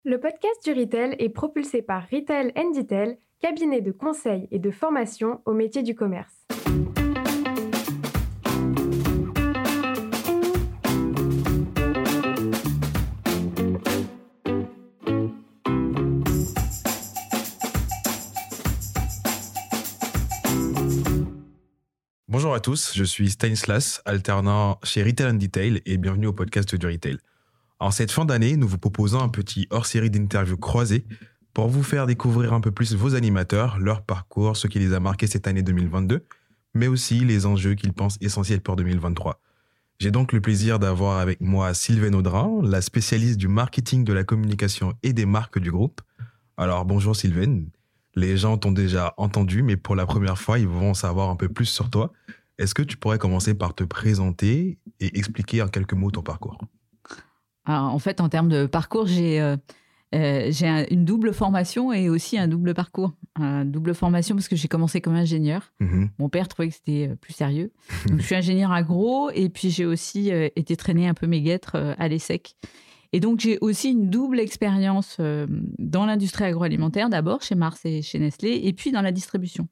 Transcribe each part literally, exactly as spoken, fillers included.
Le podcast du Retail est propulsé par Retail and Detail, cabinet de conseil et de formation au métier du commerce. Bonjour à tous, je suis Stanislas, alternant chez Retail and Detail et bienvenue au podcast du Retail. En cette fin d'année, nous vous proposons un petit hors-série d'interviews croisées pour vous faire découvrir un peu plus vos animateurs, leur parcours, ce qui les a marqués cette année deux mille vingt-deux, mais aussi les enjeux qu'ils pensent essentiels pour deux mille vingt-trois. J'ai donc le plaisir d'avoir avec moi Sylvaine Audrin, la spécialiste du marketing, de la communication et des marques du groupe. Alors bonjour Sylvaine, les gens t'ont déjà entendu, mais pour la première fois, ils vont en savoir un peu plus sur toi. Est-ce que tu pourrais commencer par te présenter et expliquer en quelques mots ton parcours ? Alors, en fait, en termes de parcours, j'ai, euh, euh, j'ai un, une double formation et aussi un double parcours. Un double formation parce que j'ai commencé comme ingénieur. Mm-hmm. Mon père trouvait que c'était plus sérieux. Donc, je suis ingénieur agro et puis j'ai aussi euh, été traîner un peu mes guêtres euh, à l'ESSEC. Et donc, j'ai aussi une double expérience euh, dans l'industrie agroalimentaire, d'abord chez Mars et chez Nestlé, et puis dans la distribution.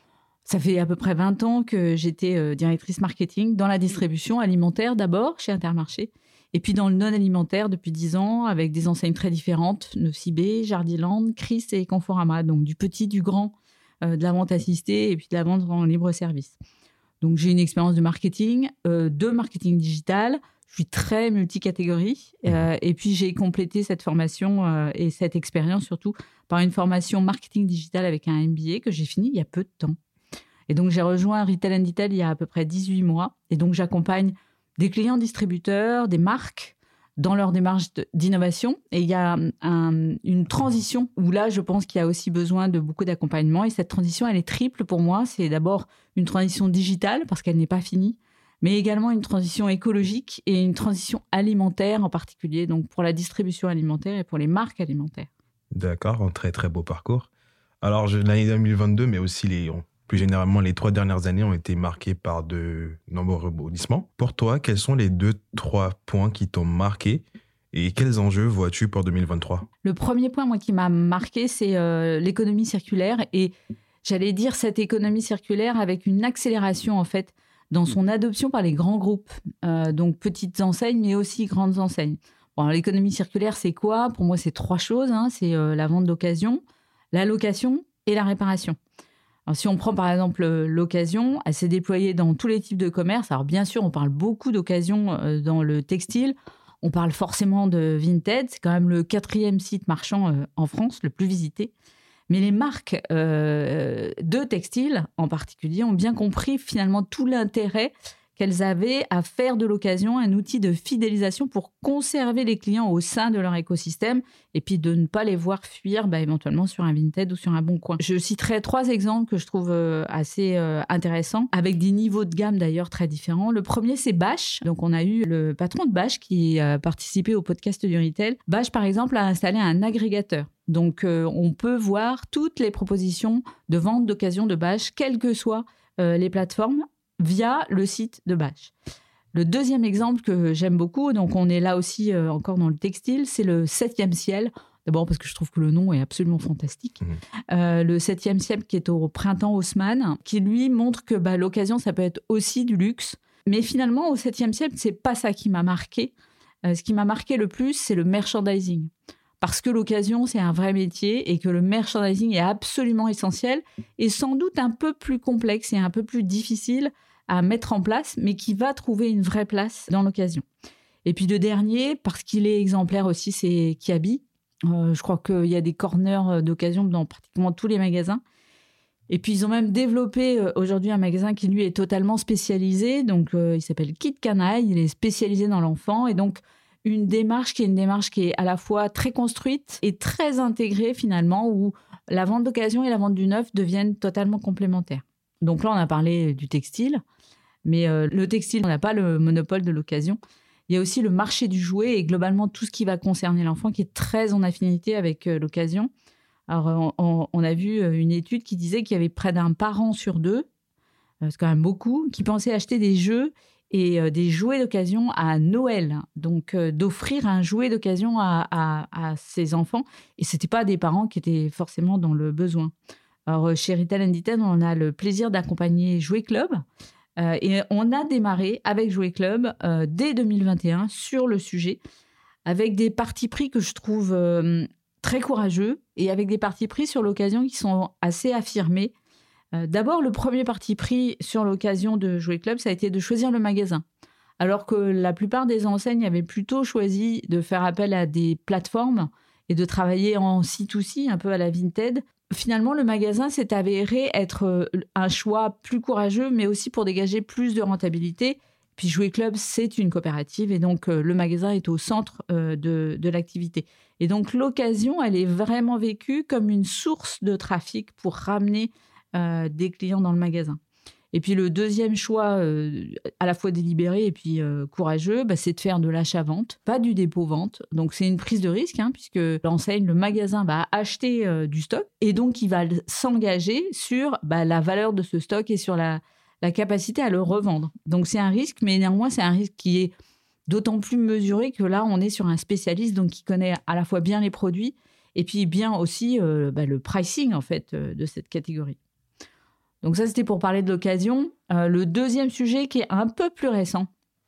Ça fait à peu près vingt ans que j'étais euh, directrice marketing dans la distribution alimentaire, d'abord chez Intermarché. Et puis dans le non-alimentaire depuis dix ans, avec des enseignes très différentes, Nocibé, Jardiland, Chris et Conforama. Donc du petit, du grand, euh, de la vente assistée et puis de la vente en libre service. Donc j'ai une expérience de marketing, euh, de marketing digital. Je suis très multicatégorie. Euh, et puis j'ai complété cette formation euh, et cette expérience surtout par une formation marketing digital avec un M B A que j'ai fini il y a peu de temps. Et donc j'ai rejoint Retail and Detail il y a à peu près dix-huit mois. Et donc j'accompagne des clients distributeurs, des marques dans leur démarche d'innovation. Et il y a un, une transition où là, je pense qu'il y a aussi besoin de beaucoup d'accompagnement. Et cette transition, elle est triple pour moi. C'est d'abord une transition digitale parce qu'elle n'est pas finie, mais également une transition écologique et une transition alimentaire en particulier, donc pour la distribution alimentaire et pour les marques alimentaires. D'accord, un très très beau parcours. Alors je, l'année deux mille vingt-deux, mais aussi les... plus généralement, les trois dernières années ont été marquées par de nombreux rebondissements. Pour toi, quels sont les deux, trois points qui t'ont marqué et quels enjeux vois-tu pour deux mille vingt-trois ? Le premier point, moi, qui m'a marqué, c'est euh, l'économie circulaire et j'allais dire cette économie circulaire avec une accélération, en fait, dans son adoption par les grands groupes. Euh, donc, petites enseignes, mais aussi grandes enseignes. Bon, alors, l'économie circulaire, c'est quoi ? Pour moi, c'est trois choses. Hein. C'est euh, la vente d'occasion, la location et la réparation. Alors, si on prend par exemple l'occasion, elle s'est déployée dans tous les types de commerce. Alors bien sûr, on parle beaucoup d'occasion dans le textile. On parle forcément de Vinted. C'est quand même le quatrième site marchand en France, le plus visité. Mais les marques euh, de textile, en particulier, ont bien compris finalement tout l'intérêt qu'elles avaient à faire de l'occasion un outil de fidélisation pour conserver les clients au sein de leur écosystème et puis de ne pas les voir fuir bah, éventuellement sur un Vinted ou sur un Bon Coin. Je citerai trois exemples que je trouve euh, assez euh, intéressants, avec des niveaux de gamme d'ailleurs très différents. Le premier, c'est Bash. Donc, on a eu le patron de Bash qui a participé au podcast du Retail. Bash, par exemple, a installé un agrégateur. Donc, euh, on peut voir toutes les propositions de vente d'occasion de Bash, quelles que soient euh, les plateformes, via le site de Bash. Le deuxième exemple que j'aime beaucoup, donc on est là aussi euh, encore dans le textile, c'est le septième ciel. D'abord parce que je trouve que le nom est absolument fantastique. Mmh. Euh, le septième ciel qui est au printemps Haussmann, qui lui montre que bah, l'occasion, ça peut être aussi du luxe. Mais finalement, au septième ciel, c'est pas ça qui m'a marqué. Euh, ce qui m'a marqué le plus, c'est le merchandising. Parce que l'occasion, c'est un vrai métier et que le merchandising est absolument essentiel et sans doute un peu plus complexe et un peu plus difficile à mettre en place, mais qui va trouver une vraie place dans l'occasion. Et puis le dernier, parce qu'il est exemplaire aussi, c'est Kiabi. Euh, je crois qu'il y a des corners d'occasion dans pratiquement tous les magasins. Et puis ils ont même développé euh, aujourd'hui un magasin qui lui est totalement spécialisé. Donc euh, il s'appelle Kit Canaille, il est spécialisé dans l'enfant. Et donc une démarche qui est une démarche qui est à la fois très construite et très intégrée finalement, où la vente d'occasion et la vente du neuf deviennent totalement complémentaires. Donc là, on a parlé du textile, mais euh, le textile, on n'a pas le monopole de l'occasion. Il y a aussi le marché du jouet et globalement tout ce qui va concerner l'enfant qui est très en affinité avec euh, l'occasion. Alors, on, on a vu une étude qui disait qu'il y avait près d'un parent sur deux, euh, c'est quand même beaucoup, qui pensait acheter des jeux et euh, des jouets d'occasion à Noël. Donc, euh, d'offrir un jouet d'occasion à, à, à ses enfants. Et ce n'étaient pas des parents qui étaient forcément dans le besoin. Alors, chez Retail and Detail, on a le plaisir d'accompagner Jouet Club. Euh, et on a démarré avec Jouet Club euh, dès deux mille vingt et un sur le sujet, avec des partis pris que je trouve euh, très courageux et avec des partis pris sur l'occasion qui sont assez affirmés. Euh, d'abord, le premier parti pris sur l'occasion de Jouet Club, ça a été de choisir le magasin. Alors que la plupart des enseignes avaient plutôt choisi de faire appel à des plateformes et de travailler en C deux C, un peu à la Vinted. Finalement, le magasin s'est avéré être un choix plus courageux, mais aussi pour dégager plus de rentabilité. Puis Jouet Club, c'est une coopérative et donc euh, le magasin est au centre euh, de, de l'activité. Et donc l'occasion, elle est vraiment vécue comme une source de trafic pour ramener euh, des clients dans le magasin. Et puis le deuxième choix, euh, à la fois délibéré et puis euh, courageux, bah, c'est de faire de l'achat-vente, pas du dépôt-vente. Donc c'est une prise de risque, hein, puisque l'enseigne, le magasin va acheter euh, du stock et donc il va s'engager sur bah, la valeur de ce stock et sur la, la capacité à le revendre. Donc c'est un risque, mais néanmoins c'est un risque qui est d'autant plus mesuré que là on est sur un spécialiste donc qui connaît à la fois bien les produits et puis bien aussi euh, bah, le pricing en fait euh, de cette catégorie. Donc ça, c'était pour parler de l'occasion. Euh, le deuxième sujet qui est un peu plus récent,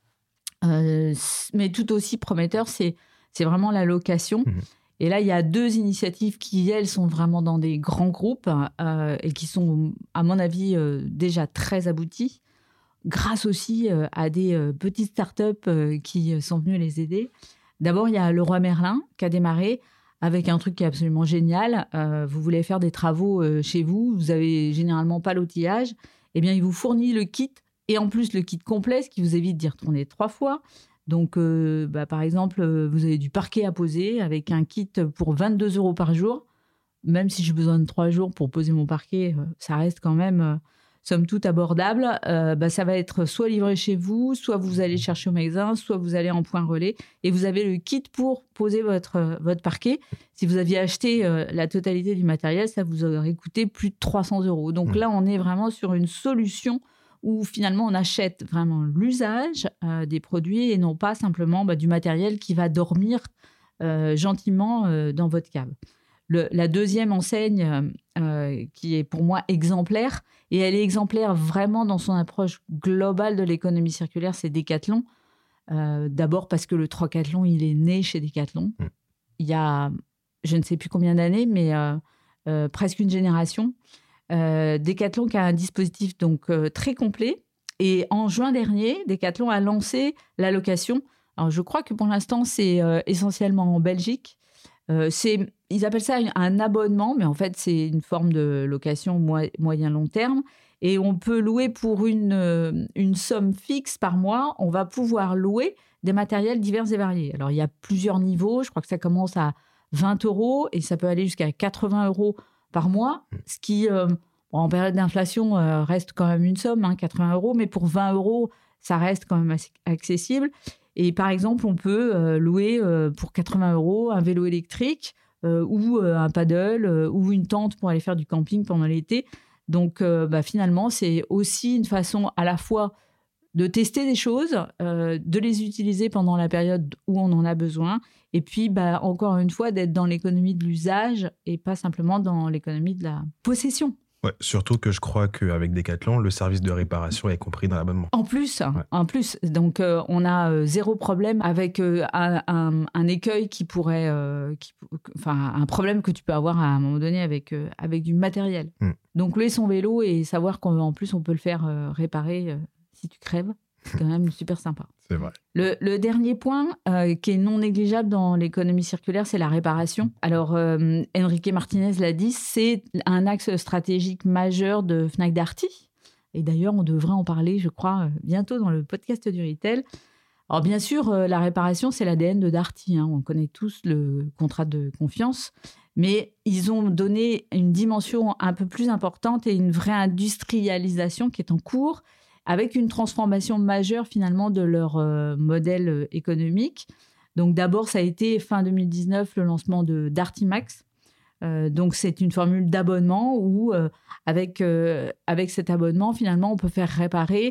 euh, mais tout aussi prometteur, c'est, c'est vraiment la location. Mmh. Et là, il y a deux initiatives qui, elles, sont vraiment dans des grands groupes euh, et qui sont, à mon avis, euh, déjà très abouties, grâce aussi euh, à des euh, petites startups euh, qui sont venues les aider. D'abord, il y a Leroy Merlin qui a démarré avec un truc qui est absolument génial. Euh, vous voulez faire des travaux euh, chez vous, vous n'avez généralement pas l'outillage, eh bien, il vous fournit le kit, et en plus le kit complet, ce qui vous évite d'y retourner trois fois. Donc, euh, bah, par exemple, euh, vous avez du parquet à poser avec un kit pour vingt-deux euros par jour. Même si j'ai besoin de trois jours pour poser mon parquet, euh, ça reste quand même... Euh, somme toute abordable, euh, bah, ça va être soit livré chez vous, soit vous allez chercher au magasin, soit vous allez en point relais et vous avez le kit pour poser votre, euh, votre parquet. Si vous aviez acheté euh, la totalité du matériel, ça vous aurait coûté plus de trois cents euros. Donc mmh. là, on est vraiment sur une solution où finalement on achète vraiment l'usage euh, des produits et non pas simplement bah, du matériel qui va dormir euh, gentiment euh, dans votre cave. Le, la deuxième enseigne euh, qui est pour moi exemplaire, et elle est exemplaire vraiment dans son approche globale de l'économie circulaire, c'est Decathlon. Euh, d'abord parce que le Trocathlon, il est né chez Decathlon. Mmh. Il y a, je ne sais plus combien d'années, mais euh, euh, presque une génération. Euh, Decathlon qui a un dispositif donc, euh, très complet. Et en juin dernier, Decathlon a lancé la location. Alors, je crois que pour l'instant, c'est euh, essentiellement en Belgique. Euh, c'est, ils appellent ça un abonnement, mais en fait, c'est une forme de location mo- moyen-long terme. Et on peut louer pour une, euh, une somme fixe par mois. On va pouvoir louer des matériels divers et variés. Alors, il y a plusieurs niveaux. Je crois que ça commence à vingt euros et ça peut aller jusqu'à quatre-vingts euros par mois, ce qui, euh, bon, en période d'inflation, euh, reste quand même une somme, hein, quatre-vingts euros. Mais pour vingt euros, ça reste quand même assez accessible. Et par exemple, on peut euh, louer euh, pour quatre-vingts euros un vélo électrique euh, ou euh, un paddle euh, ou une tente pour aller faire du camping pendant l'été. Donc, euh, bah, finalement, c'est aussi une façon à la fois de tester des choses, euh, de les utiliser pendant la période où on en a besoin et puis, bah, encore une fois, d'être dans l'économie de l'usage et pas simplement dans l'économie de la possession. Ouais, surtout que je crois qu'avec Decathlon, le service de réparation est compris dans l'abonnement. En plus, ouais. en plus. Donc, euh, on a euh, zéro problème avec euh, un, un, un écueil qui pourrait... Euh, qui, enfin, un problème que tu peux avoir à un moment donné avec, euh, avec du matériel. Mm. Donc, louer son vélo et savoir qu'en plus, on peut le faire euh, réparer euh, si tu crèves, c'est quand même super sympa. C'est vrai. Le, le dernier point euh, qui est non négligeable dans l'économie circulaire, c'est la réparation. Alors, euh, Enrique Martinez l'a dit, c'est un axe stratégique majeur de Fnac Darty. Et d'ailleurs, on devrait en parler, je crois, bientôt dans le podcast du Retail. Alors, bien sûr, euh, la réparation, c'est l'A D N de Darty. Hein. On connaît tous le contrat de confiance. Mais ils ont donné une dimension un peu plus importante et une vraie industrialisation qui est en cours, avec une transformation majeure finalement de leur euh, modèle économique. Donc d'abord, ça a été fin deux mille dix-neuf le lancement de Darty Max. Euh, donc c'est une formule d'abonnement où euh, avec, euh, avec cet abonnement, finalement, on peut faire réparer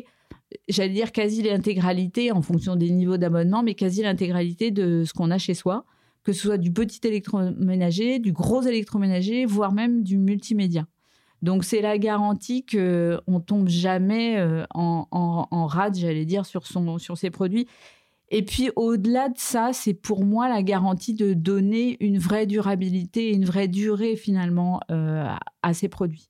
j'allais dire quasi l'intégralité en fonction des niveaux d'abonnement, mais quasi l'intégralité de ce qu'on a chez soi, que ce soit du petit électroménager, du gros électroménager, voire même du multimédia. Donc, c'est la garantie qu'on ne tombe jamais en, en, en rade, j'allais dire, sur, son, sur ses produits. Et puis, au-delà de ça, c'est pour moi la garantie de donner une vraie durabilité et une vraie durée, finalement, euh, à ces produits.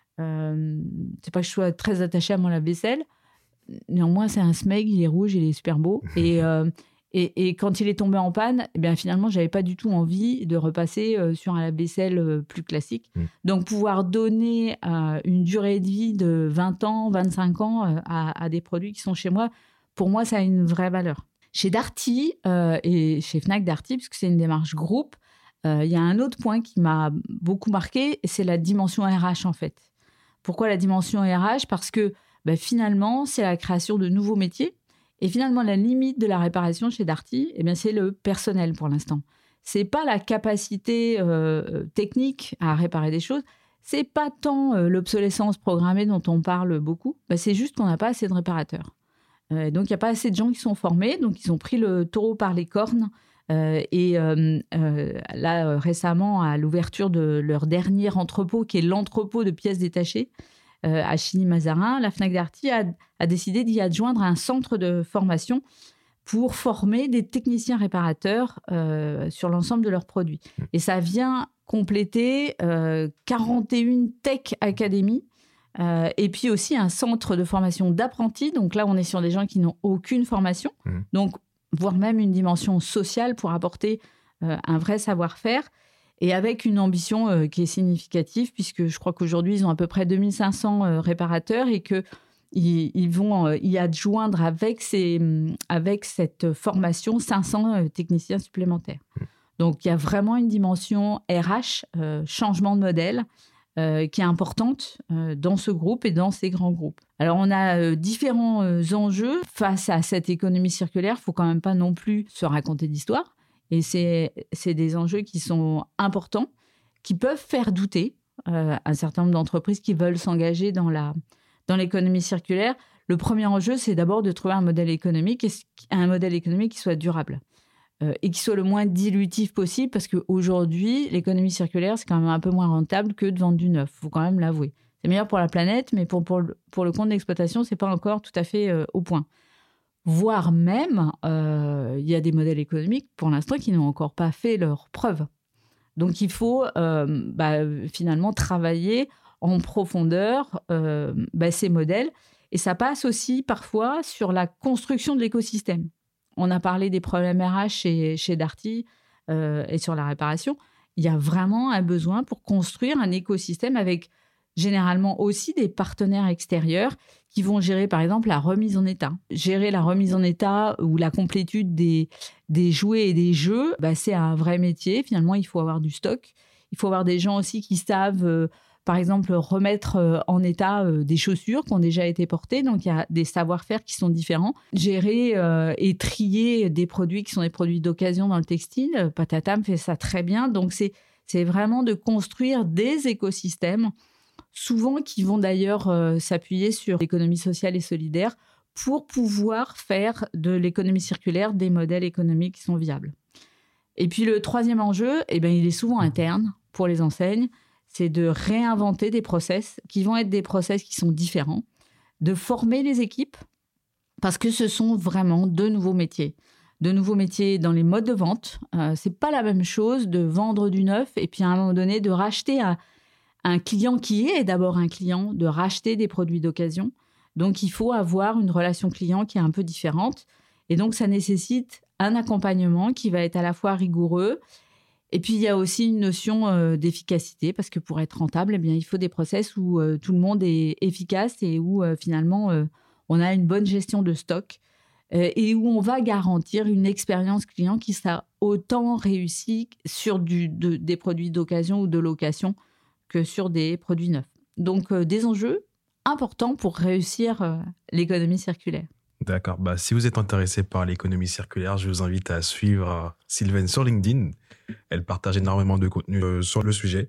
Euh, c'est pas que je sois très attachée à mon lave-vaisselle. Néanmoins, c'est un Smeg, il est rouge, il est super beau. Et... Euh, Et, et quand il est tombé en panne, eh bien, finalement, je n'avais pas du tout envie de repasser euh, sur un lave-vaisselle euh, plus classique. Mmh. Donc, pouvoir donner euh, une durée de vie de vingt ans, vingt-cinq ans euh, à, à des produits qui sont chez moi, pour moi, ça a une vraie valeur. Chez Darty euh, et chez Fnac Darty, puisque c'est une démarche groupe, il euh, y a un autre point qui m'a beaucoup marqué, c'est la dimension R H, en fait. Pourquoi la dimension R H ? Parce que ben, finalement, c'est la création de nouveaux métiers. Et finalement, la limite de la réparation chez Darty, eh bien, c'est le personnel pour l'instant. Ce n'est pas la capacité euh, technique à réparer des choses. Ce n'est pas tant euh, l'obsolescence programmée dont on parle beaucoup. Ben, c'est juste qu'on n'a pas assez de réparateurs. Euh, donc, il n'y a pas assez de gens qui sont formés. Donc, ils ont pris le taureau par les cornes. Euh, et euh, euh, là, euh, récemment, à l'ouverture de leur dernier entrepôt, qui est l'entrepôt de pièces détachées, Euh, à Chilly-Mazarin, la Fnac Darty a, a décidé d'y adjoindre un centre de formation pour former des techniciens réparateurs euh, sur l'ensemble de leurs produits. Et ça vient compléter euh, quarante et une Tech Academy euh, et puis aussi un centre de formation d'apprentis. Donc là, on est sur des gens qui n'ont aucune formation, mmh. donc voire même une dimension sociale pour apporter euh, un vrai savoir-faire. Et avec une ambition euh, qui est significative, puisque je crois qu'aujourd'hui, ils ont à peu près deux mille cinq cents euh, réparateurs et qu'ils ils vont euh, y adjoindre avec, ces, avec cette formation cinq cents euh, techniciens supplémentaires. Donc, il y a vraiment une dimension R H, euh, changement de modèle, euh, qui est importante euh, dans ce groupe et dans ces grands groupes. Alors, on a euh, différents euh, enjeux face à cette économie circulaire. Il ne faut quand même pas non plus se raconter d'histoire. Et c'est, c'est des enjeux qui sont importants, qui peuvent faire douter euh, un certain nombre d'entreprises qui veulent s'engager dans, la, dans l'économie circulaire. Le premier enjeu, c'est d'abord de trouver un modèle économique, et un modèle économique qui soit durable euh, et qui soit le moins dilutif possible, parce qu'aujourd'hui, l'économie circulaire, c'est quand même un peu moins rentable que de vendre du neuf. Il faut quand même l'avouer. C'est meilleur pour la planète, mais pour, pour, le, pour le compte d'exploitation, ce n'est pas encore tout à fait euh, au point. Voire même, il euh, y a des modèles économiques, pour l'instant, qui n'ont encore pas fait leurs preuves. Donc, il faut euh, bah, finalement travailler en profondeur euh, bah, ces modèles. Et ça passe aussi parfois sur la construction de l'écosystème. On a parlé des problèmes R H chez, chez Darty euh, et sur la réparation. Il y a vraiment un besoin pour construire un écosystème avec généralement aussi des partenaires extérieurs qui vont gérer, par exemple, la remise en état. Gérer la remise en état ou la complétude des, des jouets et des jeux, bah, c'est un vrai métier. Finalement, il faut avoir du stock. Il faut avoir des gens aussi qui savent, euh, par exemple, remettre euh, en état euh, des chaussures qui ont déjà été portées. Donc, il y a des savoir-faire qui sont différents. Gérer euh, et trier des produits qui sont des produits d'occasion dans le textile. Patatam fait ça très bien. Donc, c'est, c'est vraiment de construire des écosystèmes souvent qui vont d'ailleurs euh, s'appuyer sur l'économie sociale et solidaire pour pouvoir faire de l'économie circulaire des modèles économiques qui sont viables. Et puis le troisième enjeu, eh bien, il est souvent interne pour les enseignes, c'est de réinventer des process qui vont être des process qui sont différents, de former les équipes, parce que ce sont vraiment de nouveaux métiers. De nouveaux métiers dans les modes de vente. Euh, ce n'est pas la même chose de vendre du neuf et puis à un moment donné de racheter un un client qui est d'abord un client, de racheter des produits d'occasion. Donc, il faut avoir une relation client qui est un peu différente. Et donc, ça nécessite un accompagnement qui va être à la fois rigoureux. Et puis, il y a aussi une notion euh, d'efficacité, parce que pour être rentable, eh bien, il faut des process où euh, tout le monde est efficace et où, euh, finalement, euh, on a une bonne gestion de stock euh, et où on va garantir une expérience client qui sera autant réussie sur du, de, des produits d'occasion ou de location que sur des produits neufs. Donc, euh, des enjeux importants pour réussir euh, l'économie circulaire. D'accord. Bah, si vous êtes intéressé par l'économie circulaire, je vous invite à suivre Sylvaine sur LinkedIn. Elle partage énormément de contenu euh, sur le sujet.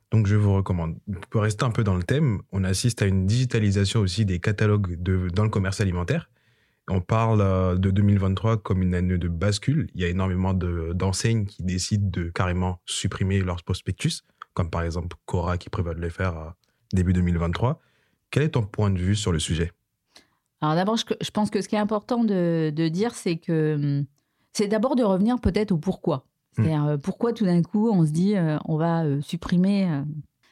Donc, je vous recommande. Pour rester un peu dans le thème, on assiste à une digitalisation aussi des catalogues de, dans le commerce alimentaire. On parle euh, de deux mille vingt-trois comme une année de bascule. Il y a énormément de, d'enseignes qui décident de carrément supprimer leurs prospectus, comme par exemple Cora qui prévoit de le faire euh, début deux mille vingt-trois. Quel est ton point de vue sur le sujet ? Alors d'abord, je, je pense que ce qui est important de, de dire, c'est que c'est d'abord de revenir peut-être au pourquoi. C'est-à-dire mmh. pourquoi tout d'un coup on se dit euh, on va euh, supprimer, euh,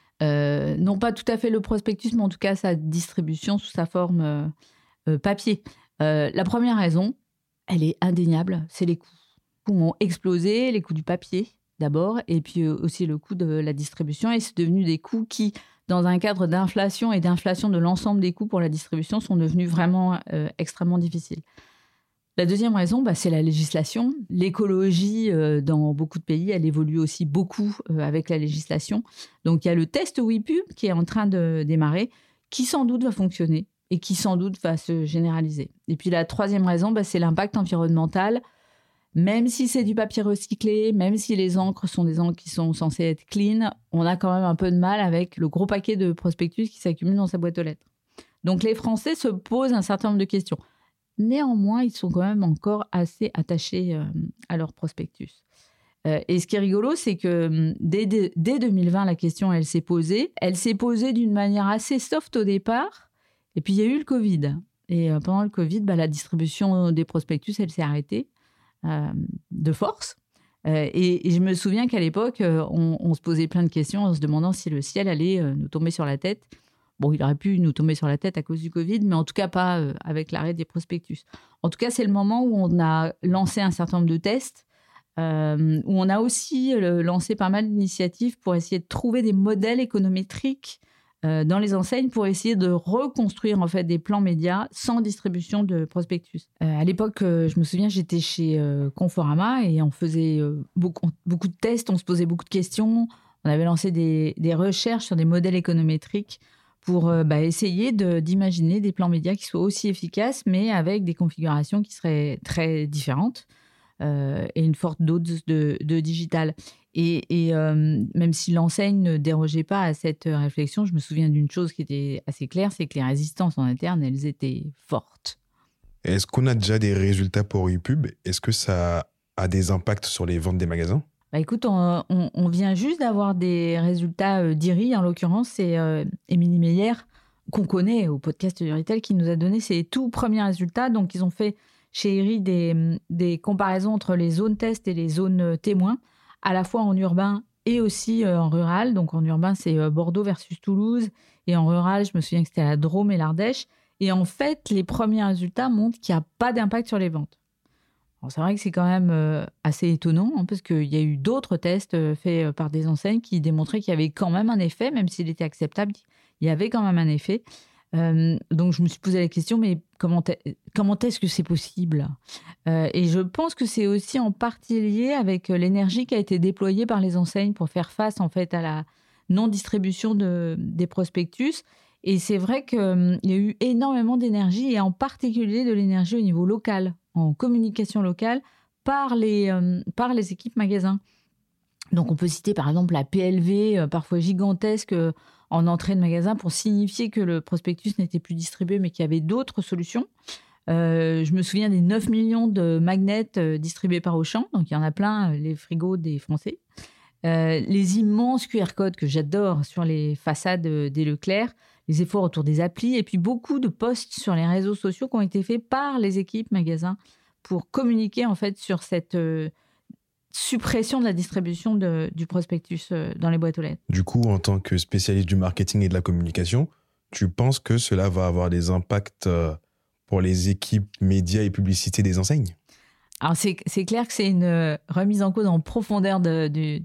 euh, non pas tout à fait le prospectus, mais en tout cas sa distribution sous sa forme euh, euh, papier. Euh, la première raison, elle est indéniable, c'est les coûts. Les coûts ont explosé, les coûts du papier d'abord, et puis euh, aussi le coût de la distribution. Et c'est devenu des coûts qui, dans un cadre d'inflation et d'inflation de l'ensemble des coûts pour la distribution, sont devenus vraiment euh, extrêmement difficiles. La deuxième raison, bah, c'est la législation. L'écologie, euh, dans beaucoup de pays, elle évolue aussi beaucoup euh, avec la législation. Donc, il y a le test WePub qui est en train de démarrer, qui sans doute va fonctionner et qui sans doute va se généraliser. Et puis, la troisième raison, bah, c'est l'impact environnemental. Même si c'est du papier recyclé, même si les encres sont des encres qui sont censées être clean, on a quand même un peu de mal avec le gros paquet de prospectus qui s'accumule dans sa boîte aux lettres. Donc, les Français se posent un certain nombre de questions. Néanmoins, ils sont quand même encore assez attachés euh, à leur prospectus. Euh, et ce qui est rigolo, c'est que dès, dès deux mille vingt, la question, elle s'est posée. Elle s'est posée d'une manière assez soft au départ. Et puis, il y a eu le Covid. Et euh, pendant le Covid, bah, la distribution des prospectus, elle s'est arrêtée euh, de force. Euh, et, et je me souviens qu'à l'époque, euh, on, on se posait plein de questions en se demandant si le ciel allait euh, nous tomber sur la tête. Bon, il aurait pu nous tomber sur la tête à cause du Covid, mais en tout cas pas euh, avec l'arrêt des prospectus. En tout cas, c'est le moment où on a lancé un certain nombre de tests, euh, où on a aussi euh, lancé pas mal d'initiatives pour essayer de trouver des modèles économétriques euh, dans les enseignes pour essayer de reconstruire en fait des plans médias sans distribution de prospectus. Euh, à l'époque, euh, je me souviens, j'étais chez euh, Conforama et on faisait euh, beaucoup, beaucoup de tests, on se posait beaucoup de questions. On avait lancé des, des recherches sur des modèles économétriques pour euh, bah, essayer de, d'imaginer des plans médias qui soient aussi efficaces, mais avec des configurations qui seraient très différentes euh, et une forte dose de, de digital. Et, et euh, même si l'enseigne ne dérogeait pas à cette réflexion, je me souviens d'une chose qui était assez claire, c'est que les résistances en interne, elles étaient fortes. Est-ce qu'on a déjà des résultats pour WePub ? Est-ce que ça a des impacts sur les ventes des magasins ? Bah écoute, on, on, on vient juste d'avoir des résultats euh, d'I R I, en l'occurrence, c'est euh, Émilie Meyer, qu'on connaît au podcast du Retail, qui nous a donné ses tout premiers résultats. Donc, ils ont fait chez I R I des, des comparaisons entre les zones test et les zones témoins, à la fois en urbain et aussi euh, en rural. Donc, en urbain, c'est euh, Bordeaux versus Toulouse. Et en rural, je me souviens que c'était la Drôme et l'Ardèche. Et en fait, les premiers résultats montrent qu'il n'y a pas d'impact sur les ventes. Alors, c'est vrai que c'est quand même euh, assez étonnant, hein, parce qu'il y a eu d'autres tests euh, faits euh, par des enseignes qui démontraient qu'il y avait quand même un effet, même s'il était acceptable, il y avait quand même un effet. Euh, donc, je me suis posé la question, mais comment, comment est-ce que c'est possible ? euh, Et je pense que c'est aussi en partie lié avec l'énergie qui a été déployée par les enseignes pour faire face en fait, à la non-distribution de, des prospectus. Et c'est vrai qu'il euh, y a eu énormément d'énergie, et en particulier de l'énergie au niveau local, en communication locale, par les, euh, par les équipes magasins. Donc, on peut citer par exemple la P L V, euh, parfois gigantesque, euh, en entrée de magasin, pour signifier que le prospectus n'était plus distribué, mais qu'il y avait d'autres solutions. Euh, je me souviens des neuf millions de magnets euh, distribués par Auchan, donc il y en a plein, euh, les frigos des Français. Euh, les immenses Q R codes que j'adore sur les façades euh, des Leclerc, les efforts autour des applis, et puis beaucoup de posts sur les réseaux sociaux qui ont été faits par les équipes magasins pour communiquer en fait sur cette euh, suppression de la distribution de, du prospectus euh, dans les boîtes aux lettres. Du coup, en tant que spécialiste du marketing et de la communication, tu penses que cela va avoir des impacts euh, pour les équipes médias et publicité des enseignes ? Alors, c'est, c'est clair que c'est une remise en cause en profondeur de, de,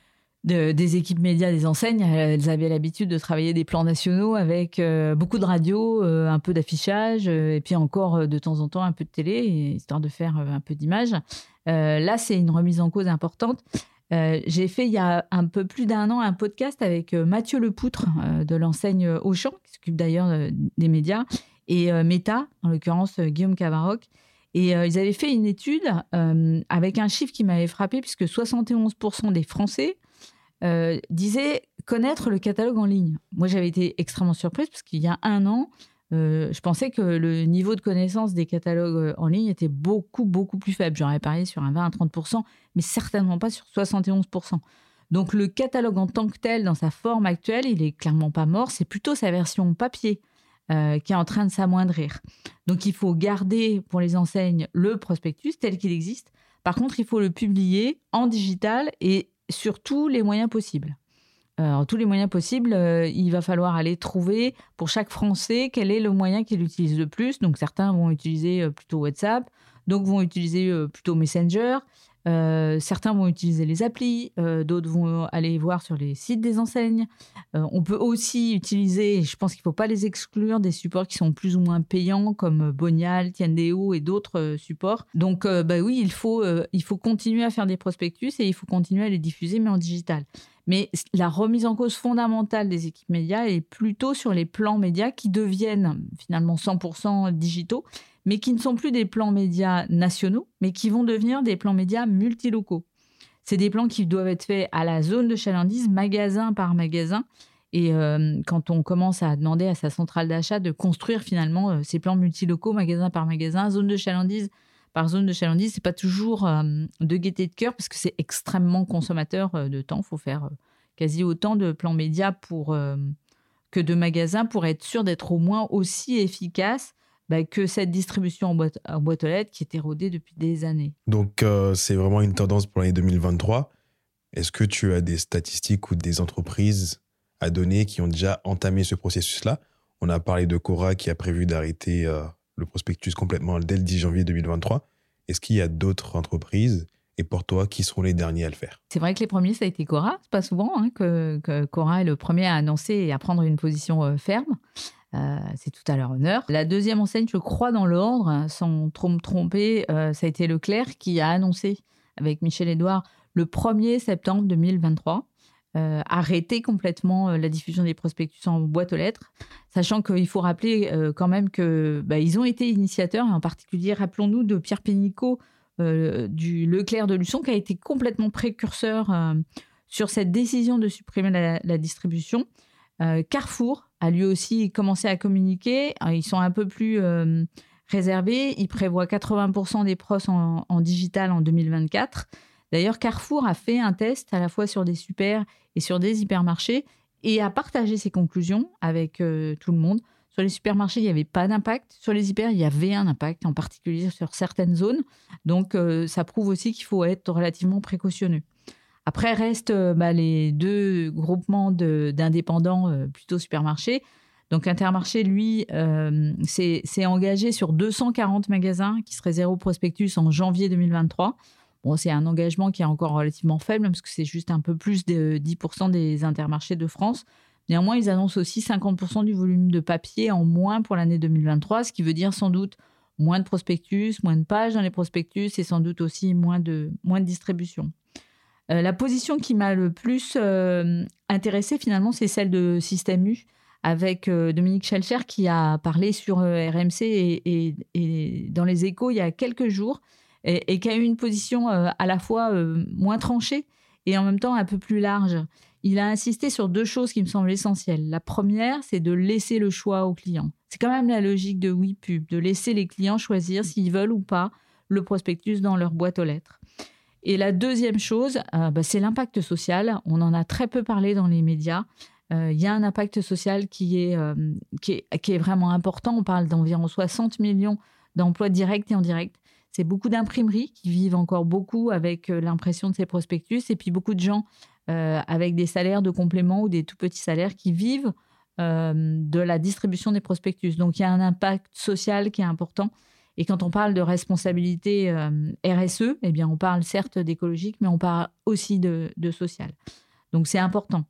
de, des équipes médias des enseignes. Elles avaient l'habitude de travailler des plans nationaux avec euh, beaucoup de radio, euh, un peu d'affichage, euh, et puis encore euh, de temps en temps un peu de télé, histoire de faire euh, un peu d'image. Euh, là, c'est une remise en cause importante. Euh, j'ai fait il y a un peu plus d'un an un podcast avec euh, Mathieu Lepoutre euh, de l'enseigne Auchan, qui s'occupe d'ailleurs euh, des médias, et euh, Meta, en l'occurrence euh, Guillaume Cavaroc. Et euh, ils avaient fait une étude euh, avec un chiffre qui m'avait frappé, puisque soixante et onze pour cent des Français euh, disait connaître le catalogue en ligne. Moi, j'avais été extrêmement surprise parce qu'il y a un an, euh, je pensais que le niveau de connaissance des catalogues en ligne était beaucoup, beaucoup plus faible. J'aurais parié sur un vingt à trente pour cent, mais certainement pas sur soixante et onze pour cent. Donc, le catalogue en tant que tel, dans sa forme actuelle, il est clairement pas mort. C'est plutôt sa version papier euh, qui est en train de s'amoindrir. Donc, il faut garder pour les enseignes le prospectus tel qu'il existe. Par contre, il faut le publier en digital et sur tous les moyens possibles. Alors, tous les moyens possibles, euh, il va falloir aller trouver pour chaque Français quel est le moyen qu'il utilise le plus. Donc, certains vont utiliser euh, plutôt WhatsApp, d'autres vont utiliser euh, plutôt Messenger, euh, certains vont utiliser les applis, euh, d'autres vont aller voir sur les sites des enseignes. Euh, on peut aussi utiliser, je pense qu'il ne faut pas les exclure, des supports qui sont plus ou moins payants comme Bonial, Tiendeo et d'autres euh, supports. Donc, euh, bah oui, il faut, euh, il faut continuer à faire des prospectus et il faut continuer à les diffuser, mais en digital. Mais la remise en cause fondamentale des équipes médias est plutôt sur les plans médias qui deviennent finalement cent pour cent digitaux, mais qui ne sont plus des plans médias nationaux, mais qui vont devenir des plans médias multilocaux. C'est des plans qui doivent être faits à la zone de chalandise, magasin par magasin. Et euh, quand on commence à demander à sa centrale d'achat de construire finalement euh, ces plans multilocaux, magasin par magasin, zone de chalandise par zone de chalandise, c'est pas toujours euh, de gaieté de cœur parce que c'est extrêmement consommateur euh, de temps. Il faut faire euh, quasi autant de plans médias pour, euh, que de magasins pour être sûr d'être au moins aussi efficace bah, que cette distribution en boîte, en boîte aux lettres qui est érodée depuis des années. Donc, euh, c'est vraiment une tendance pour l'année deux mille vingt-trois. Est-ce que tu as des statistiques ou des entreprises à donner qui ont déjà entamé ce processus-là ? On a parlé de Cora qui a prévu d'arrêter euh, le prospectus complètement dès le dix janvier deux mille vingt-trois. Est-ce qu'il y a d'autres entreprises et pour toi, qui seront les derniers à le faire ? C'est vrai que les premiers, ça a été Cora. C'est pas souvent hein, que, que Cora est le premier à annoncer et à prendre une position euh, ferme. Euh, c'est tout à leur honneur. La deuxième enseigne, je crois dans l'ordre, sans trop me tromper, euh, ça a été Leclerc qui a annoncé avec Michel Edouard le premier septembre deux mille vingt-trois euh, arrêter complètement euh, la diffusion des prospectus en boîte aux lettres, sachant qu'il faut rappeler euh, quand même que bah, ils ont été initiateurs, et en particulier, rappelons-nous de Pierre Pénicaud euh, du Leclerc de Luçon, qui a été complètement précurseur euh, sur cette décision de supprimer la, la distribution. Euh, Carrefour a lui aussi commencé à communiquer. Ils sont un peu plus euh, réservés. Ils prévoient quatre-vingts pour cent des pros en, en digital en deux mille vingt-quatre. D'ailleurs, Carrefour a fait un test à la fois sur des super et sur des hypermarchés et a partagé ses conclusions avec euh, tout le monde. Sur les supermarchés, il n'y avait pas d'impact. Sur les hyper, il y avait un impact, en particulier sur certaines zones. Donc, euh, ça prouve aussi qu'il faut être relativement précautionneux. Après, restent euh, bah, les deux groupements de, d'indépendants euh, plutôt supermarchés. Donc, Intermarché, lui, euh, s'est, s'est engagé sur deux cent quarante magasins qui seraient zéro prospectus en janvier deux mille vingt-trois. Bon, c'est un engagement qui est encore relativement faible parce que c'est juste un peu plus de dix pour cent des Intermarchés de France. Néanmoins, ils annoncent aussi cinquante pour cent du volume de papier en moins pour l'année deux mille vingt-trois, ce qui veut dire sans doute moins de prospectus, moins de pages dans les prospectus et sans doute aussi moins de, moins de distribution. Euh, la position qui m'a le plus euh, intéressée, finalement, c'est celle de Système U, avec euh, Dominique Schelcher qui a parlé sur euh, R M C et, et, et dans les Échos il y a quelques jours, et, et qui a eu une position euh, à la fois euh, moins tranchée et en même temps un peu plus large. Il a insisté sur deux choses qui me semblent essentielles. La première, c'est de laisser le choix aux clients. C'est quand même la logique de WePub, de laisser les clients choisir s'ils veulent ou pas le prospectus dans leur boîte aux lettres. Et la deuxième chose, euh, bah, c'est l'impact social. On en a très peu parlé dans les médias. Il euh, y a un impact social qui est, euh, qui est, qui est vraiment important. On parle d'environ soixante millions d'emplois directs et indirects. C'est beaucoup d'imprimeries qui vivent encore beaucoup avec euh, l'impression de ces prospectus et puis beaucoup de gens euh, avec des salaires de complément ou des tout petits salaires qui vivent euh, de la distribution des prospectus. Donc, il y a un impact social qui est important. Et quand on parle de responsabilité euh, R S E, eh bien, on parle certes d'écologique, mais on parle aussi de, de social. Donc, c'est important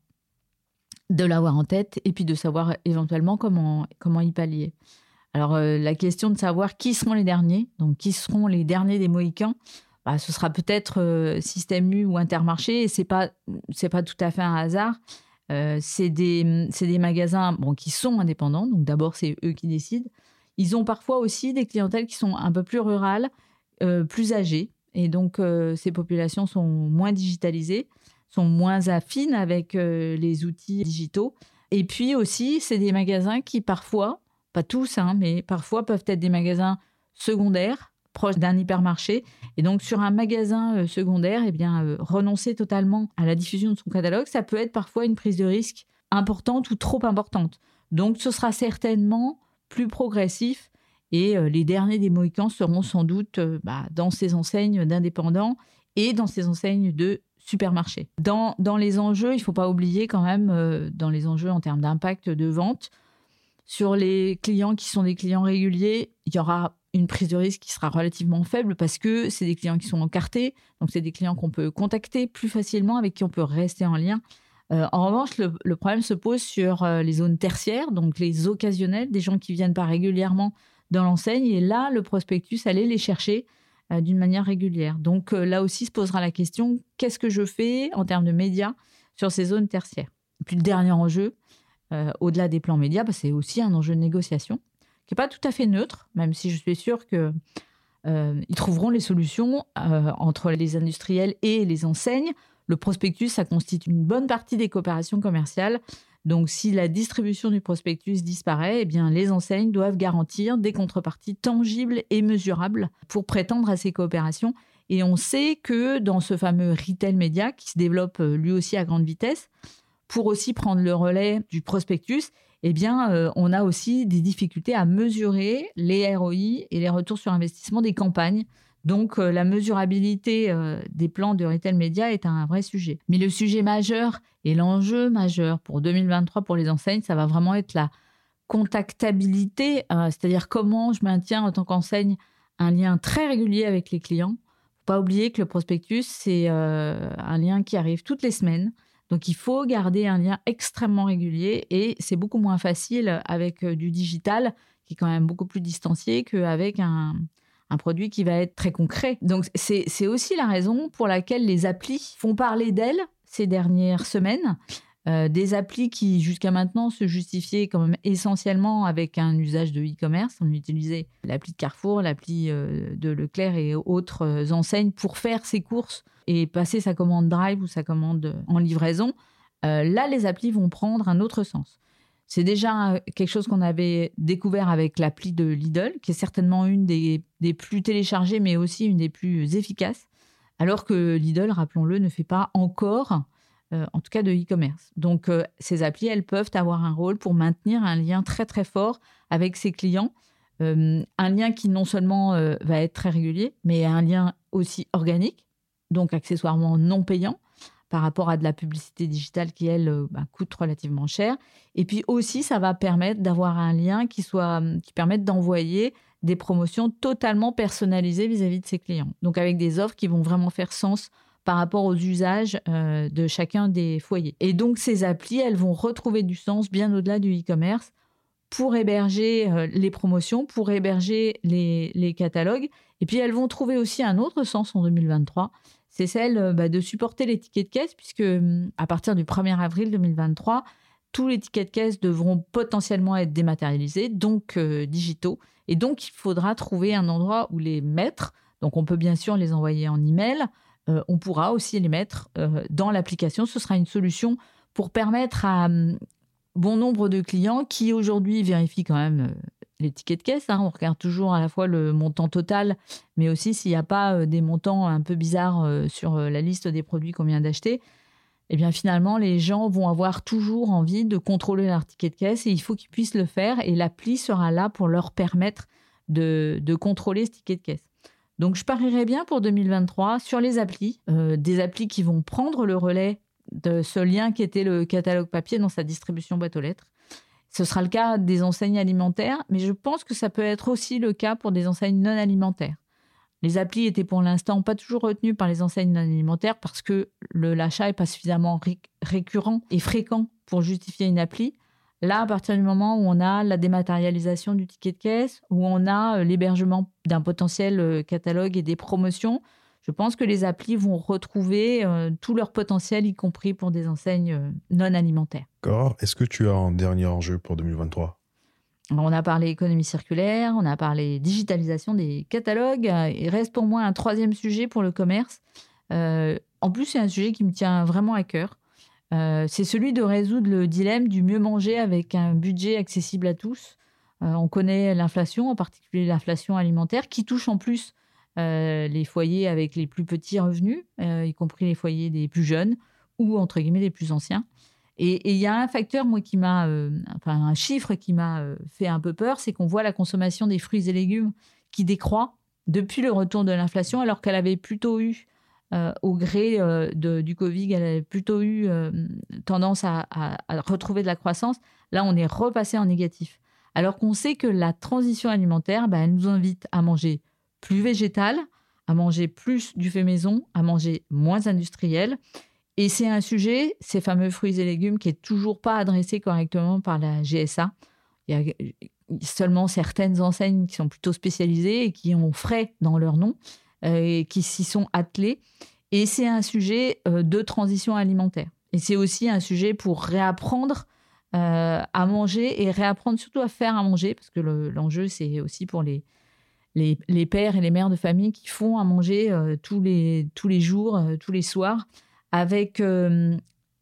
de l'avoir en tête et puis de savoir éventuellement comment, comment y pallier. Alors, euh, la question de savoir qui seront les derniers, donc qui seront les derniers des Mohicans, bah, ce sera peut-être euh, Système U ou Intermarché, et ce n'est pas, c'est pas tout à fait un hasard. Euh, c'est, des, c'est des magasins bon, qui sont indépendants, donc d'abord, c'est eux qui décident. Ils ont parfois aussi des clientèles qui sont un peu plus rurales, euh, plus âgées, et donc euh, ces populations sont moins digitalisées. sont moins affines avec euh, les outils digitaux. Et puis aussi, c'est des magasins qui parfois, pas tous, hein, mais parfois peuvent être des magasins secondaires, proches d'un hypermarché. Et donc, sur un magasin euh, secondaire, eh bien, euh, renoncer totalement à la diffusion de son catalogue, ça peut être parfois une prise de risque importante ou trop importante. Donc, ce sera certainement plus progressif et euh, les derniers des Mohicans seront sans doute euh, bah, dans ces enseignes d'indépendants et dans ces enseignes de supermarchés. Dans, dans les enjeux, il ne faut pas oublier quand même, euh, dans les enjeux en termes d'impact de vente, sur les clients qui sont des clients réguliers, il y aura une prise de risque qui sera relativement faible parce que c'est des clients qui sont encartés, donc c'est des clients qu'on peut contacter plus facilement, avec qui on peut rester en lien. Euh, en revanche, le, le problème se pose sur euh, les zones tertiaires, donc les occasionnels, des gens qui ne viennent pas régulièrement dans l'enseigne, et là, le prospectus allait les chercher euh, d'une manière régulière. Donc euh, là aussi se posera la question, qu'est-ce que je fais en termes de médias sur ces zones tertiaires? Et puis le dernier enjeu, euh, au-delà des plans médias, bah, c'est aussi un enjeu de négociation, qui n'est pas tout à fait neutre, même si je suis sûre qu'ils euh, trouveront les solutions euh, entre les industriels et les enseignes. Le prospectus, ça constitue une bonne partie des coopérations commerciales. Donc, si la distribution du prospectus disparaît, eh bien, les enseignes doivent garantir des contreparties tangibles et mesurables pour prétendre à ces coopérations. Et on sait que dans ce fameux retail média, qui se développe lui aussi à grande vitesse, pour aussi prendre le relais du prospectus, eh bien, euh, on a aussi des difficultés à mesurer les R O I et les retours sur investissement des campagnes. Donc, euh, la mesurabilité euh, des plans de retail média est un vrai sujet. Mais le sujet majeur et l'enjeu majeur pour deux mille vingt-trois pour les enseignes, ça va vraiment être la contactabilité, euh, c'est-à-dire comment je maintiens en tant qu'enseigne un lien très régulier avec les clients. Il ne faut pas oublier que le prospectus, c'est euh, un lien qui arrive toutes les semaines. Donc, il faut garder un lien extrêmement régulier et c'est beaucoup moins facile avec du digital, qui est quand même beaucoup plus distancié qu'avec un, un produit qui va être très concret. Donc, c'est, c'est aussi la raison pour laquelle les applis font parler d'elles ces dernières semaines. Euh, des applis qui, jusqu'à maintenant, se justifiaient quand même essentiellement avec un usage de e-commerce. On utilisait l'appli de Carrefour, l'appli euh, de Leclerc et autres enseignes pour faire ses courses et passer sa commande Drive ou sa commande en livraison. Euh, là, les applis vont prendre un autre sens. C'est déjà quelque chose qu'on avait découvert avec l'appli de Lidl, qui est certainement une des, des plus téléchargées, mais aussi une des plus efficaces, alors que Lidl, rappelons-le, ne fait pas encore, euh, en tout cas de e-commerce. Donc, euh, ces applis, elles peuvent avoir un rôle pour maintenir un lien très, très fort avec ses clients. Euh, un lien qui non seulement euh, va être très régulier, mais un lien aussi organique, donc accessoirement non payant, par rapport à de la publicité digitale qui, elle, euh, bah, coûte relativement cher. Et puis aussi, ça va permettre d'avoir un lien qui, soit, qui permette d'envoyer des promotions totalement personnalisées vis-à-vis de ses clients. Donc avec des offres qui vont vraiment faire sens par rapport aux usages euh, de chacun des foyers. Et donc ces applis, elles vont retrouver du sens bien au-delà du e-commerce pour héberger euh, les promotions, pour héberger les, les catalogues. Et puis elles vont trouver aussi un autre sens en deux mille vingt-trois, c'est celle bah, de supporter les tickets de caisse, puisque à partir du premier avril deux mille vingt-trois, tous les tickets de caisse devront potentiellement être dématérialisés, donc euh, digitaux. Et donc, il faudra trouver un endroit où les mettre. Donc, on peut bien sûr les envoyer en email. Euh, on pourra aussi les mettre euh, dans l'application. Ce sera une solution pour permettre à um, bon nombre de clients qui, aujourd'hui, vérifient quand même euh, les tickets de caisse. Hein. On regarde toujours à la fois le montant total, mais aussi s'il n'y a pas euh, des montants un peu bizarres euh, sur euh, la liste des produits qu'on vient d'acheter. Eh bien, finalement, les gens vont avoir toujours envie de contrôler leur ticket de caisse et il faut qu'ils puissent le faire. Et l'appli sera là pour leur permettre de, de contrôler ce ticket de caisse. Donc, je parierais bien pour deux mille vingt-trois sur les applis, euh, des applis qui vont prendre le relais de ce lien qui était le catalogue papier dans sa distribution boîte aux lettres. Ce sera le cas des enseignes alimentaires, mais je pense que ça peut être aussi le cas pour des enseignes non alimentaires. Les applis étaient pour l'instant pas toujours retenues par les enseignes non alimentaires parce que le, l'achat n'est pas suffisamment ré- récurrent et fréquent pour justifier une appli. Là, à partir du moment où on a la dématérialisation du ticket de caisse, où on a euh, l'hébergement d'un potentiel euh, catalogue et des promotions, je pense que les applis vont retrouver euh, tout leur potentiel, y compris pour des enseignes euh, non alimentaires. D'accord. Est-ce que tu as un dernier enjeu pour deux mille vingt-trois ? On a parlé économie circulaire, on a parlé digitalisation des catalogues. Il reste pour moi un troisième sujet pour le commerce. Euh, en plus, c'est un sujet qui me tient vraiment à cœur. Euh, c'est celui de résoudre le dilemme du mieux manger avec un budget accessible à tous. Euh, on connaît l'inflation, en particulier l'inflation alimentaire, qui touche en plus euh, les foyers avec les plus petits revenus, euh, y compris les foyers des plus jeunes ou, entre guillemets, les plus anciens. Et il y a un facteur, moi, qui m'a, euh, enfin, un chiffre qui m'a euh, fait un peu peur, c'est qu'on voit la consommation des fruits et légumes qui décroît depuis le retour de l'inflation, alors qu'elle avait plutôt eu, euh, au gré euh, de, du Covid, elle avait plutôt eu euh, tendance à, à, à retrouver de la croissance. Là, on est repassé en négatif. Alors qu'on sait que la transition alimentaire, bah, elle nous invite à manger plus végétal, à manger plus du fait maison, à manger moins industriel. Et c'est un sujet, ces fameux fruits et légumes, qui n'est toujours pas adressé correctement par la G S A. Il y a seulement certaines enseignes qui sont plutôt spécialisées et qui ont frais dans leur nom euh, et qui s'y sont attelées. Et c'est un sujet euh, de transition alimentaire. Et c'est aussi un sujet pour réapprendre euh, à manger et réapprendre surtout à faire à manger, parce que le, l'enjeu, c'est aussi pour les, les, les pères et les mères de famille qui font à manger euh, tous, les, tous les jours, euh, tous les soirs, avec euh,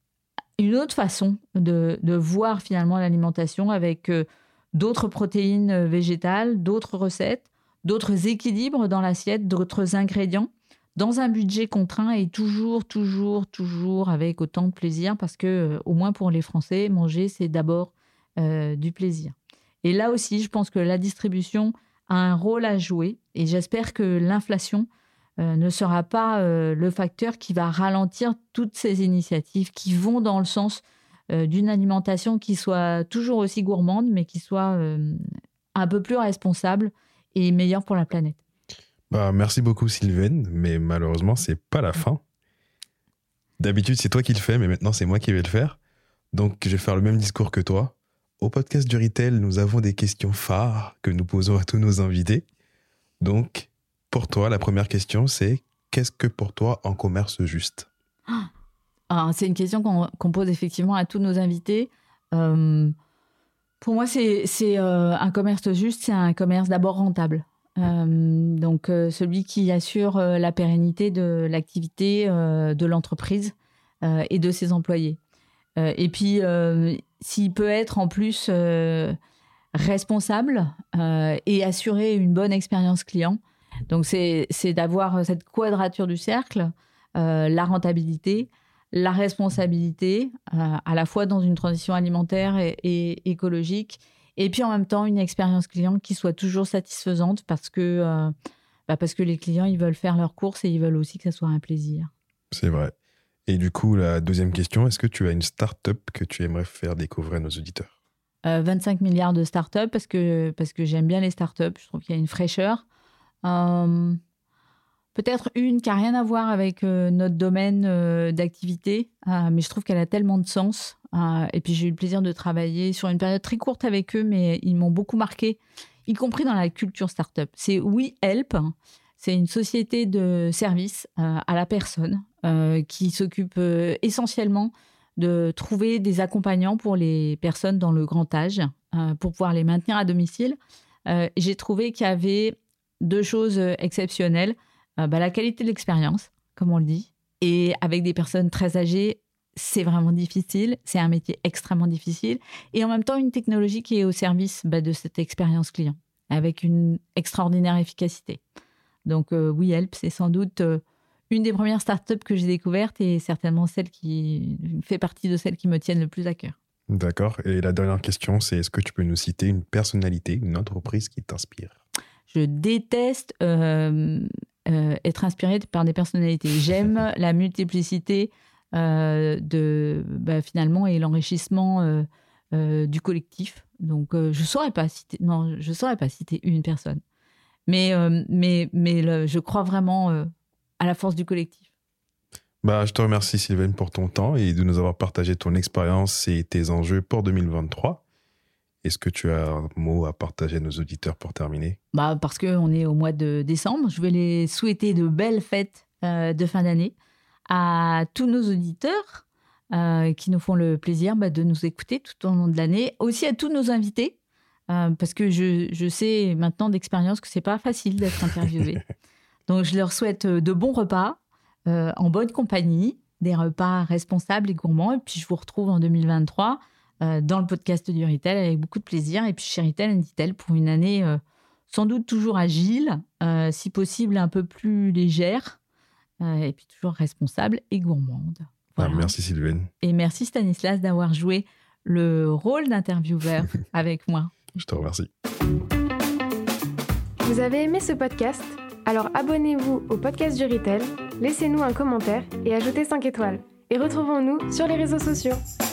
une autre façon de, de voir finalement l'alimentation, avec euh, d'autres protéines végétales, d'autres recettes, d'autres équilibres dans l'assiette, d'autres ingrédients, dans un budget contraint et toujours, toujours, toujours avec autant de plaisir, parce que, euh, au moins pour les Français, manger, c'est d'abord euh, du plaisir. Et là aussi, je pense que la distribution a un rôle à jouer, et j'espère que l'inflation euh, ne sera pas euh, le facteur qui va ralentir toutes ces initiatives qui vont dans le sens euh, d'une alimentation qui soit toujours aussi gourmande, mais qui soit euh, un peu plus responsable et meilleure pour la planète. Bah, merci beaucoup Sylvaine, mais malheureusement, c'est pas la fin. D'habitude, c'est toi qui le fais, mais maintenant, c'est moi qui vais le faire. Donc, je vais faire le même discours que toi. Au podcast du Retail, nous avons des questions phares que nous posons à tous nos invités. Donc, pour toi, la première question, c'est qu'est-ce que pour toi un commerce juste ? Ah, c'est une question qu'on, qu'on pose effectivement à tous nos invités. Euh, pour moi, c'est, c'est euh, un commerce juste, c'est un commerce d'abord rentable. Euh, donc, euh, celui qui assure euh, la pérennité de l'activité euh, de l'entreprise euh, et de ses employés. Euh, et puis, euh, s'il peut être en plus euh, responsable euh, et assurer une bonne expérience client. Donc, c'est, c'est d'avoir cette quadrature du cercle, euh, la rentabilité, la responsabilité, euh, à la fois dans une transition alimentaire et, et écologique, et puis en même temps une expérience client qui soit toujours satisfaisante, parce que, euh, bah parce que les clients, ils veulent faire leurs courses et ils veulent aussi que ça soit un plaisir. C'est vrai. Et du coup, la deuxième question, est-ce que tu as une start-up que tu aimerais faire découvrir à nos auditeurs ? euh, vingt-cinq milliards de start-up, parce que, parce que j'aime bien les start-up, je trouve qu'il y a une fraîcheur. Euh, peut-être une qui n'a rien à voir avec euh, notre domaine euh, d'activité, euh, mais je trouve qu'elle a tellement de sens. Euh, et puis j'ai eu le plaisir de travailler sur une période très courte avec eux, mais ils m'ont beaucoup marqué, y compris dans la culture start-up. C'est WeHelp, c'est une société de services euh, à la personne euh, qui s'occupe euh, essentiellement de trouver des accompagnants pour les personnes dans le grand âge, euh, pour pouvoir les maintenir à domicile. Euh, j'ai trouvé qu'il y avait deux choses exceptionnelles. Euh, bah, la qualité de l'expérience, comme on le dit. Et avec des personnes très âgées, c'est vraiment difficile. C'est un métier extrêmement difficile. Et en même temps, une technologie qui est au service bah, de cette expérience client, avec une extraordinaire efficacité. Donc, euh, WeHelp, c'est sans doute euh, une des premières startups que j'ai découvertes et certainement celle qui fait partie de celles qui me tiennent le plus à cœur. D'accord. Et la dernière question, c'est est-ce que tu peux nous citer une personnalité, une entreprise qui t'inspire ? Je déteste euh, euh, être inspirée par des personnalités. J'aime la multiplicité euh, de, bah, finalement, et l'enrichissement euh, euh, du collectif. Donc, euh, je ne saurais pas citer, non, je saurais pas citer une personne. Mais, euh, mais, mais le, je crois vraiment euh, à la force du collectif. Bah, je te remercie, Sylvaine, pour ton temps et de nous avoir partagé ton expérience et tes enjeux pour deux mille vingt-trois. Est-ce que tu as un mot à partager à nos auditeurs pour terminer ? Bah, parce qu'on est au mois de décembre, je vais les souhaiter de belles fêtes euh, de fin d'année à tous nos auditeurs euh, qui nous font le plaisir bah, de nous écouter tout au long de l'année. Aussi à tous nos invités, euh, parce que je, je sais maintenant d'expérience que ce n'est pas facile d'être interviewé. Donc je leur souhaite de bons repas, euh, en bonne compagnie, des repas responsables et gourmands. Et puis, je vous retrouve en deux mille vingt-trois euh, dans le podcast du Retail avec beaucoup de plaisir. Et puis, chez Retail and Retail pour une année euh, sans doute toujours agile, euh, si possible un peu plus légère, euh, et puis toujours responsable et gourmande. Voilà. Ah, merci Sylvaine. Et merci Stanislas d'avoir joué le rôle d'intervieweur avec moi. Je te remercie. Vous avez aimé ce podcast ? Alors abonnez-vous au podcast du Retail, laissez-nous un commentaire et ajoutez cinq étoiles. Et retrouvons-nous sur les réseaux sociaux.